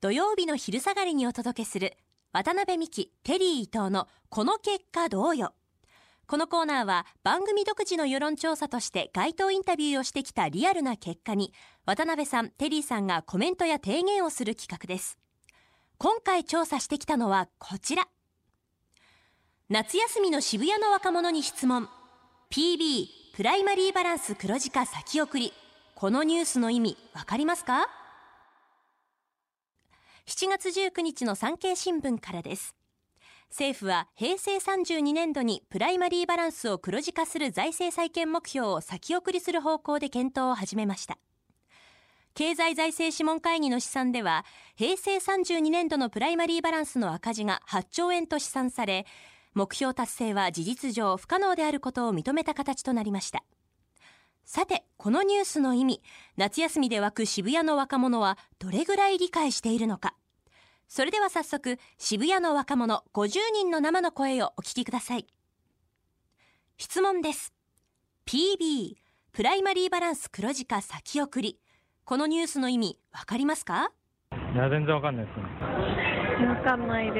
土曜日の昼下がりにお届けする渡辺美希、テリー伊藤のこの結果どうよ。このコーナーは番組独自の世論調査として街頭インタビューをしてきたリアルな結果に渡辺さん、テリーさんがコメントや提言をする企画です。今回調査してきたのはこちら。夏休みの渋谷の若者に質問。 PB プライマリーバランス黒字化先送り、このニュースの意味わかりますか。7月19日の産経新聞からです。政府は平成32年度にプライマリーバランスを黒字化する財政再建目標を先送りする方向で検討を始めました。経済財政諮問会議の試算では、平成32年度のプライマリーバランスの赤字が8兆円と試算され、目標達成は事実上不可能であることを認めた形となりました。さて、このニュースの意味、夏休みで湧く渋谷の若者はどれぐらい理解しているのか。それでは早速、渋谷の若者50人の生の声をお聞きください。質問です。 PB プライマリーバランス黒字化先送り、このニュースの意味わかりますか。 いや、全然わかんないですね。 わかんないです。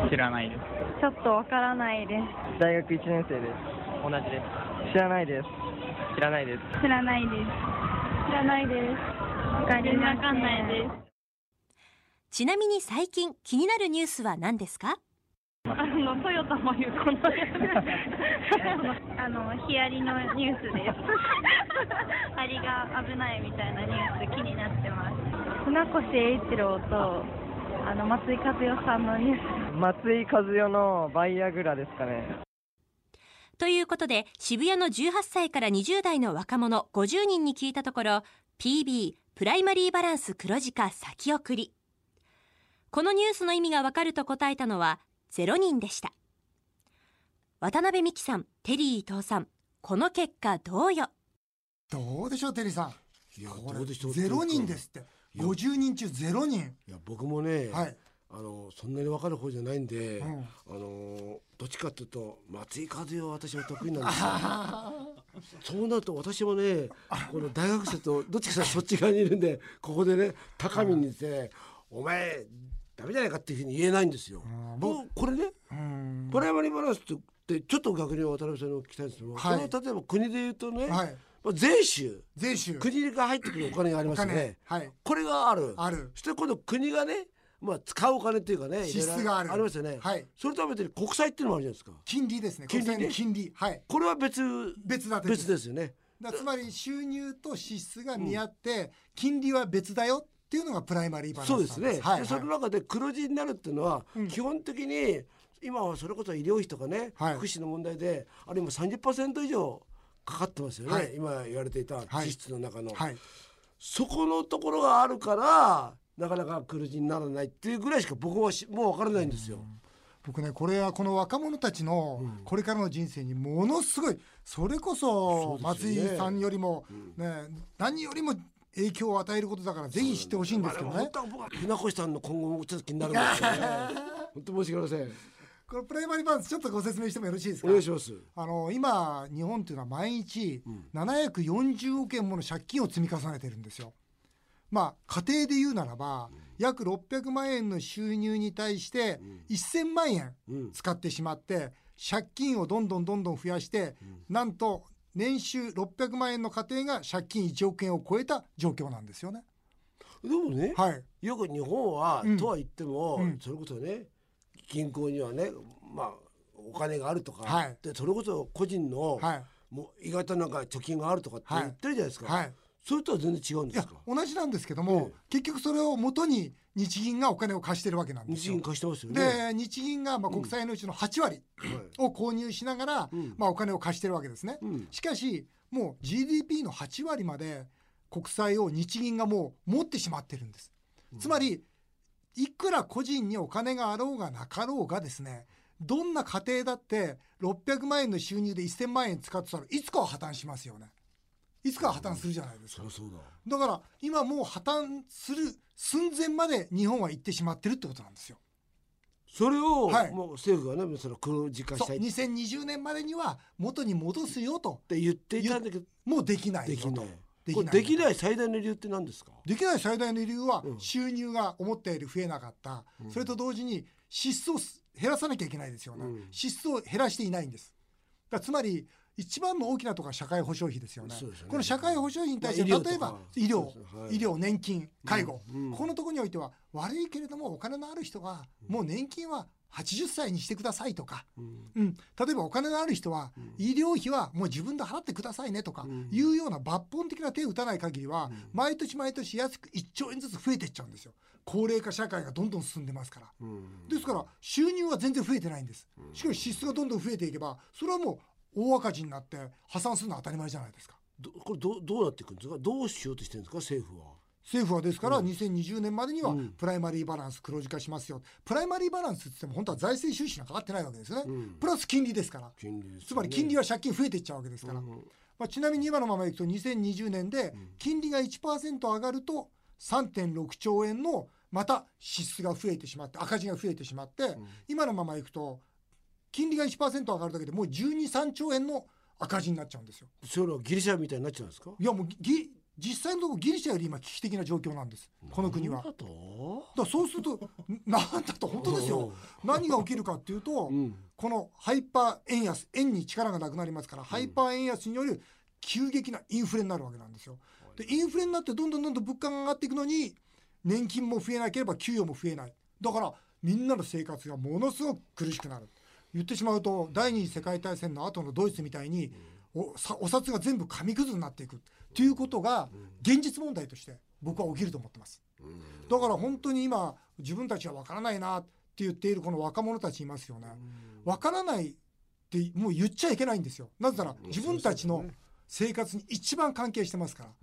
知らないです。 ちょっとわからないです。 大学1年生です。 同じです。 知らないです。 知らないです。 知らないです。知らないです。わかりません。わかんないです。 ちなみに最近気になるニュースは何ですか。 トヨタも言うこのヒアリのニュースです。アリが危ないみたいなニュース気になってます。船越英一郎と松井和代さんのニュース。 松井和代のバイアグラですかね。 ということで、渋谷の18歳から20代の若者50人に聞いたところ、 PB プライマリーバランス黒字化先送り、このニュースの意味がわかると答えたのは0人でした。渡辺美希さん、テリー伊藤さん、この結果どうよ。 どうでしょう、テリーさん。 いや、どうでしょう。 0人ですって。50人中0人。 いや、僕もね、 はい、 そんなに分かる方じゃないんで、どっちかというと松井和代は私は得意なんですよ。そうなると私もね、この大学生とどっちかそっち側にいるんで、ここでね、高みにいて、お前ダメじゃないかっていうふうに言えないんですよ。これね、プライマリーバランスってちょっと逆に渡辺さんに聞きたいんですけど、はい、この例えば国でいうとね、はい、税収国が入ってくるお金がありますよね、はい、これがあるそして今度国がね、使うお金っていうかね、 支出がありますよね、 はい、 それとは別に国債っていうのもあるじゃないですか。 金利ですね。国債の金利、はい、 これは別ですよね。 つまり収入と支出が見合って、金利は別だよっていうのがプライマリーバランスなんです。 そうですね、 はいはい、 でその中で黒字になるっていうのは、基本的に今はそれこそ医療費とかね、はい、福祉の問題であれ今 30% 以上かかってますよね、はい、今言われていた支出の中の、はいはい、そこのところがあるからなかなか黒字にならないっていうぐらいしか僕はもう分からないんですよ。 僕ね、これはこの若者たちのこれからの人生にものすごい、それこそ松井さんよりも、ね、何よりも影響を与えることだから、ぜひ知ってほしいんですけどね。 本当は僕は船越さんの今後もちょっと気になるんですよね。本当申し訳ありません。 これプライマリーバランスちょっとご説明してもよろしいですか。 お願いします。 今日本というのは毎日740億円もの借金を積み重ねてるんですよ。家庭で言うならば、約600万円の収入に対して1000万円使ってしまって、借金をどんどん増やして、なんと年収600万円の家庭が借金1億円を超えた状況なんですよね。 でもね、 はい、 よく日本は、とは言っても、それこそね、銀行にはね、お金があるとか、はい、でそれこそ個人の、はい、もう意外となんか貯金があるとかって言ってるじゃないですか、はい、それとは全然違うんですか。 いや、同じなんですけども、結局それを元に日銀がお金を貸してるわけなんですよ。 日銀貸してますよね。 で、日銀が国債のうちの8割を購入しながら、お金を貸してるわけですね、しかしもう GDP の8割まで国債を日銀がもう持ってしまってるんです。つまりいくら個人にお金があろうがなかろうがですね、どんな家庭だって600万円の収入で1000万円使ってたらいつかは破綻しますよね。いつかは破綻するじゃないですか。 そうだ。 だから今もう破綻する寸前まで日本は行ってしまってるってことなんですよ。 それを、もう政府がね、その黒字化したい、 2020年までには元に戻すよとって言っていたんだけど、 もうできないよと。 できない。 これできない最大の理由って何ですか？ できない最大の理由は、 うん収入が思ったより増えなかった、それと同時に支出を減らさなきゃいけないですよね、支出を減らしていないんです。だからつまり一番の大きなところは社会保障費ですよね。 そうですよね。 この社会保障費に対して、 まあ医療とか例えば医療、 そうですねはい医療、年金、介護、 うんこのところにおいては悪いけれどもお金のある人はもう年金は80歳にしてくださいとか、例えばお金のある人は医療費はもう自分で払ってくださいねとかいうような抜本的な手を打たない限りは、毎年毎年安く1兆円ずつ増えていっちゃうんですよ。高齢化社会がどんどん進んでますから、ですから収入は全然増えてないんです。しかし支出がどんどん増えていけば、それはもう大赤字になって破産するのは当たり前じゃないですか。 これどうなっていくんですか？どうしようとしてるんですか政府は？ 政府はですから2020年までにはプライマリーバランス黒字化しますよ。プライマリーバランスって言っても本当は財政収支がかかってないわけですね、プラス金利ですから。 金利ですよね。 つまり金利は借金増えていっちゃうわけですから、ちなみに今のままいくと2020年で金利が 1% 上がると 3.6 兆円のまた支出が増えてしまって赤字が増えてしまって、今のままいくと金利が 1% 上がるだけでもう12、3兆円の赤字になっちゃうんですよ。 それはギリシャみたいになっちゃうんですか？ いやもう実際のところギリシャより今危機的な状況なんです、この国は。 なんだと？ だからそうするとなんだと本当ですよ。何が起きるかっていうと、このハイパー円安、円に力がなくなりますから、ハイパー円安による急激なインフレになるわけなんですよ。でインフレになってどんどん物価が上がっていくのに年金も増えなければ給与も増えない。だからみんなの生活がものすごく苦しくなる。言ってしまうと第二次世界大戦の後のドイツみたいにお札が全部紙くずになっていくということが現実問題として僕は起きると思ってます。だから本当に今自分たちは分からないなって言っているこの若者たちいますよね。分からないってもう言っちゃいけないんですよ。なぜなら自分たちの生活に一番関係してますから。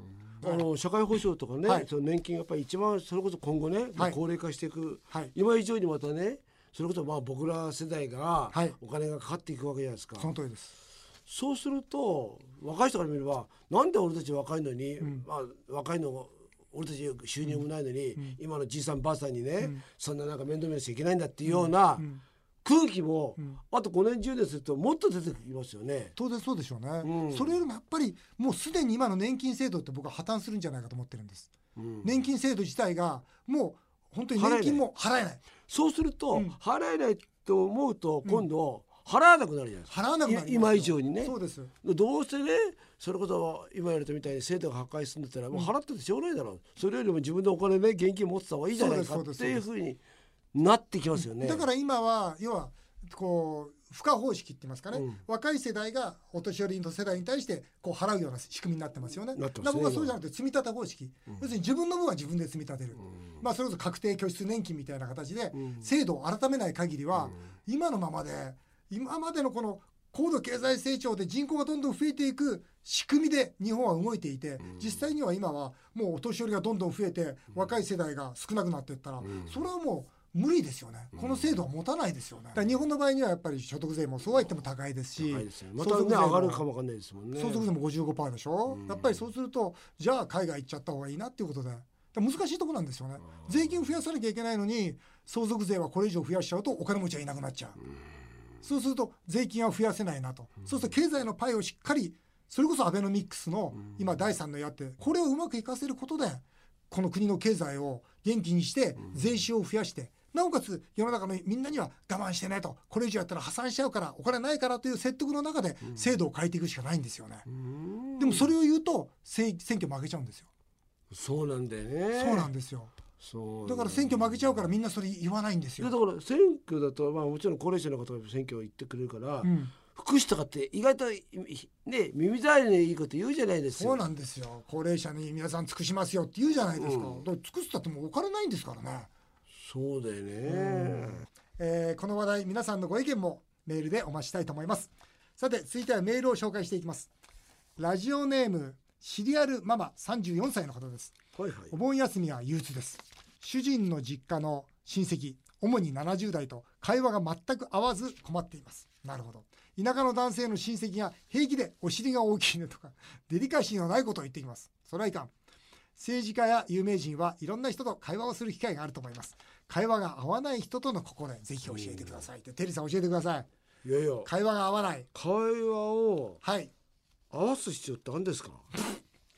社会保障とかね、 はいその年金やっぱり一番それこそ今後ね、 はい高齢化していく、 はい今以上にまたねそれこそ僕ら世代がはいお金がかかっていくわけじゃないですか、 その通りです。 そうすると若い人から見ればなんで俺たち若いのに、若いの俺たち収入もないのに、今のじいさんばあさんにね、そんななんか面倒見なきゃいけないんだっていうような空気も、あと5年10年するともっと出てきますよね。 当然そうでしょうね、それよりもやっぱりもうすでに今の年金制度って僕は破綻するんじゃないかと思ってるんです、年金制度自体がもう本当に年金も払えない。 そうすると、払えないと思うと今度、払わなくなるじゃないですか。 払わなくなりますよ今以上にね。 そうです。 どうせねそれこそ今言われたみたいに制度が破壊するんだったらもう払っててしょうがないだろう、それよりも自分でお金ね現金持ってた方がいいじゃないかっていうふうになってきますよね。 だから今は要はこう付加方式って言いますかね、若い世代がお年寄りの世代に対してこう払うような仕組みになってますよね。 なってますね。 だから僕はそうじゃなくて積み立て方式、要するに自分の分は自分で積み立てる、それこそ確定拠出年金みたいな形で制度を改めない限りは、今のままで今までのこの高度経済成長で人口がどんどん増えていく仕組みで日本は動いていて、実際には今はもうお年寄りがどんどん増えて若い世代が少なくなっていったら、それはもう無理ですよね。この制度は持たないですよね。だから日本の場合にはやっぱり所得税もそうは言っても高いですし、 高いですよ。またね上がるかもわかんないですもんね。 相続税も 55% でしょ、やっぱりそうするとじゃあ海外行っちゃった方がいいなっていうことで、難しいところなんですよね。税金増やさなきゃいけないのに相続税はこれ以上増やしちゃうとお金持ちはいなくなっちゃう、そうすると税金は増やせないなと、そうすると経済のパイをしっかり、それこそアベノミクスの今第3の矢って、これをうまくいかせることでこの国の経済を元気にして税収を増やして、なおかつ世の中のみんなには我慢してねと、これ以上やったら破産しちゃうからお金ないからという説得の中で制度を変えていくしかないんですよね。でもそれを言うと選挙負けちゃうんですよ。 そうなんだよね。 そうなんですよ。だから選挙負けちゃうからみんなそれ言わないんですよ。 だから選挙だともちろん高齢者の方が選挙を言ってくれるから、福祉とかって意外とね耳障りのいいこと言うじゃないですよ。 そうなんですよ。高齢者に皆さん尽くしますよって言うじゃないですか。だから尽くすったってもうお金ないんですからね。 そうだよね。 この話題皆さんのご意見もメールでお待ちしたいと思います。さて続いてはメールを紹介していきます。ラジオネームシリアルママ34歳の方です。お盆休みは憂鬱です。主人の実家の親戚主に70代と会話が全く合わず困っています。なるほど。田舎の男性の親戚が平気でお尻が大きいねとかデリカシーのないことを言ってきます。それはいかん。政治家や有名人はいろんな人と会話をする機会があると思います。会話が合わない人との心得ぜひ教えてくださいって。テリーさん教えてください。 いやいや会話が合わない会話をはい合わす必要ってあるんですか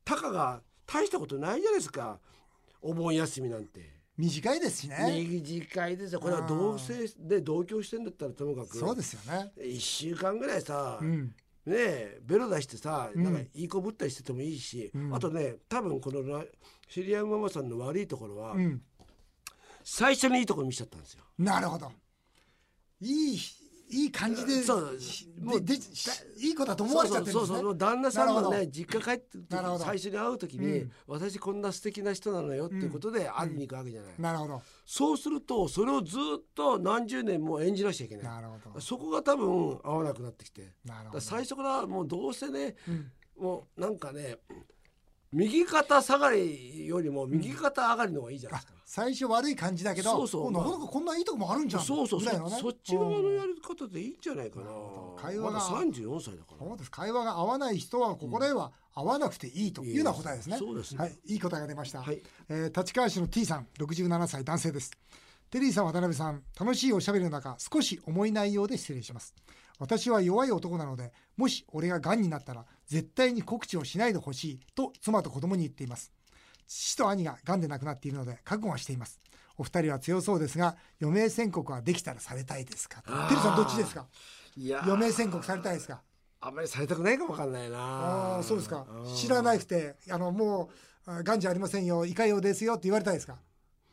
たかが大したことないじゃないですか。お盆休みなんて短いですしね。 短いですよ。これは同棲で同居してんだったらともかくそうですよね。 1週間ぐらいさ、 うんねえベロ出してさ、 うんなんかいい子ぶったりしててもいいし、 うんあとね多分このシリアンママさんの悪いところは、 うん最初にいいところ見せちゃったんですよ。 なるほど。いい感じで、 そうもうでいい子だと思われちゃってるんですね。 そう旦那さんのなるほね実家帰ってなるほど最初に会う時に、 うん私こんな素敵な人なのよっていうことで会いに行くわけじゃない、 なるほど。 そうするとそれをずっと何十年も演じなきゃいけない。 なるほど。 そこが多分合わなくなってきて、 なるほど。 だから最初からもうどうせね、 うんもうなんかね右肩下がりよりも右肩上がりの方がいいじゃないですか、 最初悪い感じだけど、 そうそうなかなかこんないいとこもあるんじゃん。 そうぐらいのねそっち側のやり方でいいんじゃないかな。 なるほど会話がまだ34歳だからそうです。会話が合わない人はここでは合わなくていいというような答えですね。 そうですね。 はい、いい答えが出ました。 はい立川市の T さん、67歳男性です。テリーさん、渡辺さん、楽しいおしゃべりの中、少し重い内容で失礼します。私は弱い男なので、もし俺が癌になったら絶対に告知をしないでほしいと妻と子供に言っています。父と兄が癌で亡くなっているので覚悟はしています。お二人は強そうですが、余命宣告はできたらされたいですか。テリーさんどっちですか。 いや余命宣告されたいですか。 あんまりされたくないかもわかんないな。 ああ、そうですか。知らなくて、もう癌じゃありませんよ、胃潰瘍ですよって言われたいですか。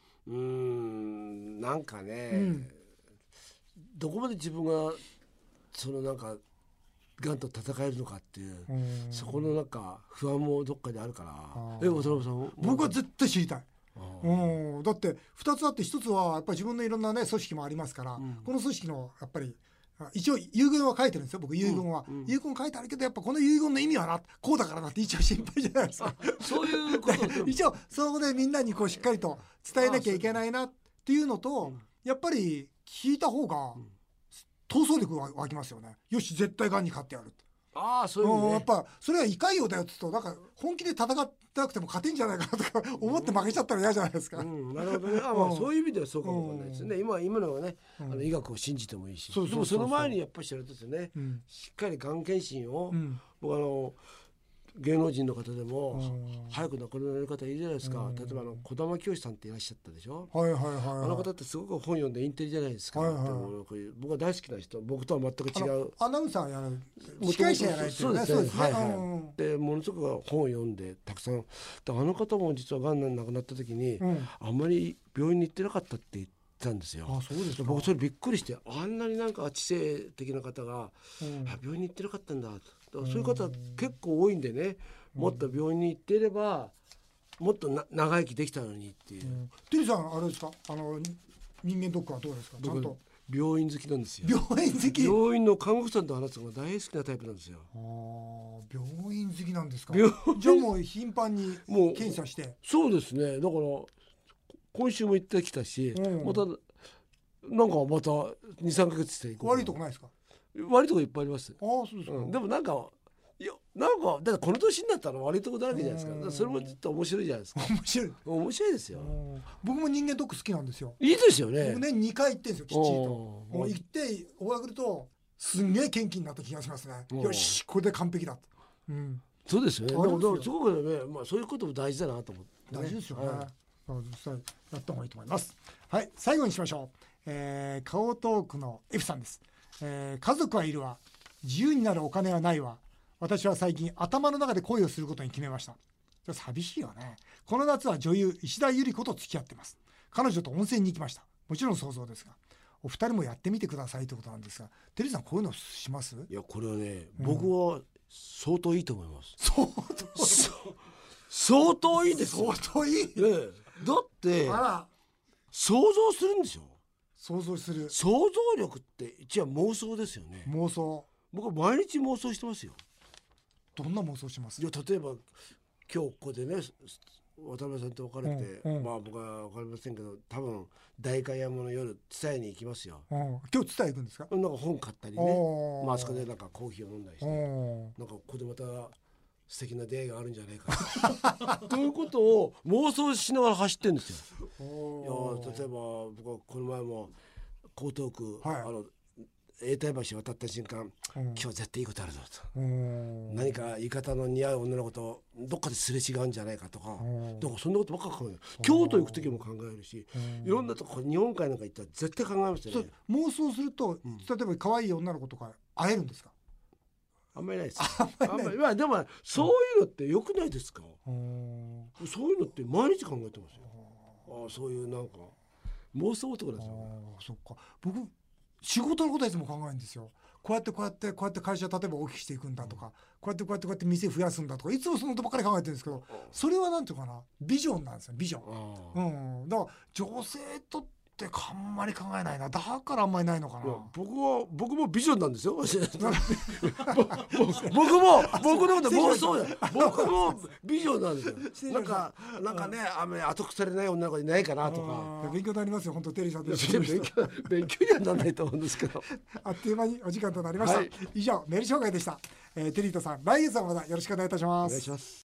なんかね、 うんどこまで自分がそのなんかがんと戦えるのかっていう、そこのなんか不安もどっかであるから。渡辺さん、 僕は絶対知りたい。 あだって2つあって、1つはやっぱり自分のいろんなね組織もありますから、 んこの組織のやっぱり一応遺言は書いてるんですよ。僕遺言は、遺言書いてあるけど、やっぱこの遺言の意味はなこうだからなって一応心配じゃないですか。 そういうことでも一応そこでみんなにこうしっかりと伝えなきゃいけないなっていうのと、やっぱり聞いた方が闘争力が湧きますよね。よし絶対がんに勝ってやる。 そういう意味ね。 やっぱそれは胃潰瘍だよって言うと、なんか本気で戦ってなくても勝てんじゃないかなとか思って負けちゃったら嫌じゃないですか。 なるほどね。そういう意味ではそうかもわかんないですね。今のはね、医学を信じてもいいし、 そうでもその前にやっぱり知られてですよね、 うんしっかりがん検診を、 うん僕芸能人の方でも早く亡くなられる方いるじゃないですか。例えば児玉清さんっていらっしゃったでしょ。 はいはいはい、 あの方ってすごく本読んでインテリじゃないですか。 はいはいでもこういう僕は大好きな人、僕とは全く違う。 アナウンサーやる司会者やられてるね。 そうですね。はいうんはい。でものすごく本を読んでたくさん。であの方も実はがんで亡くなった時に、あんまり病院に行ってなかったって言ってたんですよ。 あ、そうですか。 僕それびっくりして、あんなになんか知性的な方が、病院に行ってなかったんだと。そういう方結構多いんでね、もっと病院に行っていればもっと長生きできたのにっていう。 テリーさんあれですか、人間ドックはどうですか。ちゃんと病院好きなんですよ。 病院好き。 病院の看護師さんと話すのが大好きなタイプなんですよ。 病院好きなんですか。 じゃあもう頻繁に検査して。 そうですね。だから今週も行ってきたし、またなんかまた 2,3 ヶ月して行こう。 悪いとこないですか。 悪いとこいっぱいあります。 そうですか。 でもなんかだってこの年になったら悪いとこだらけじゃないですか。だからそれもちょっと面白いじゃないですか。面白いですよ。 僕も人間ドック好きなんですよ。 いいですよね。 僕年2回行ってんですよ、きっちりと。もう行って終わるとすんげえ元気になった気がしますね。よしこれで完璧だと。 そうですよね。でもすごくね、そういうことも大事だなと思って。 大事ですよね。実際やった方がいいと思います。はい、最後にしましょう。顔トークの F さんです。家族はいるわ、自由になるお金はないわ。私は最近頭の中で恋をすることに決めました。寂しいよね。この夏は女優石田ゆり子と付き合ってます。彼女と温泉に行きました。もちろん想像ですが、お二人もやってみてくださいということなんですが、テリーさんこういうのします？ いやこれはね、僕は相当いいと思います。相当いいです。 相当いい。 だって想像するんでしょ。 想像する。 想像力って一応妄想ですよね。 妄想。 僕は毎日妄想してますよ。 どんな妄想します？ いや例えば今日ここでね渡辺さんと別れて、僕は分かりませんけど多分代官山の夜伝えに行きますよ。 今日伝え行くんですか？ なんか本買ったりね、あそこでなんかコーヒーを飲んだりして、なんかここでまた素敵な出会いがあるんじゃないかということを妄想しながら走ってるんですよ。いや例えば僕はこの前も江東区、 永代橋を渡った瞬間、 うん今日絶対いいことあるぞと、 うん何か言い方の似合う女の子とどっかですれ違うんじゃないかとか、だからそんなことばっか考える。京都行く時も考えるし、いろんなとこ日本海なんか行ったら絶対考えますよそうね。 妄想すると、例えば可愛い女の子とか会えるんですか？ あんまりないです。あんまり、まあでもそういうのって良くないですか？そういうのって毎日考えてますよ。ああ、そういうなんか妄想男ですよ。 そっか。僕仕事のことはいつも考えるんですよ。こうやって会社例えば大きくしていくんだとか、こうやって店増やすんだとか、いつもそのことばっかり考えてるんですけど、それはなんていうかな、ビジョンなんですよ、ビジョン。だから女性とってあんまり考えないな。だからあんまりないのかな。 僕もビジョンなんですよ。僕のこと妄想や。僕もビジョンなんですよ。なんかね、あんまり後腐れない女の子いないかなとか。 勉強になりますよ、本当テリーさんと勉強にはならないと思うんですけど。 あっという間にお時間となりました。以上メール紹介でした。テリーとさん、来月はまたよろしくお願いいたします。 お願いします。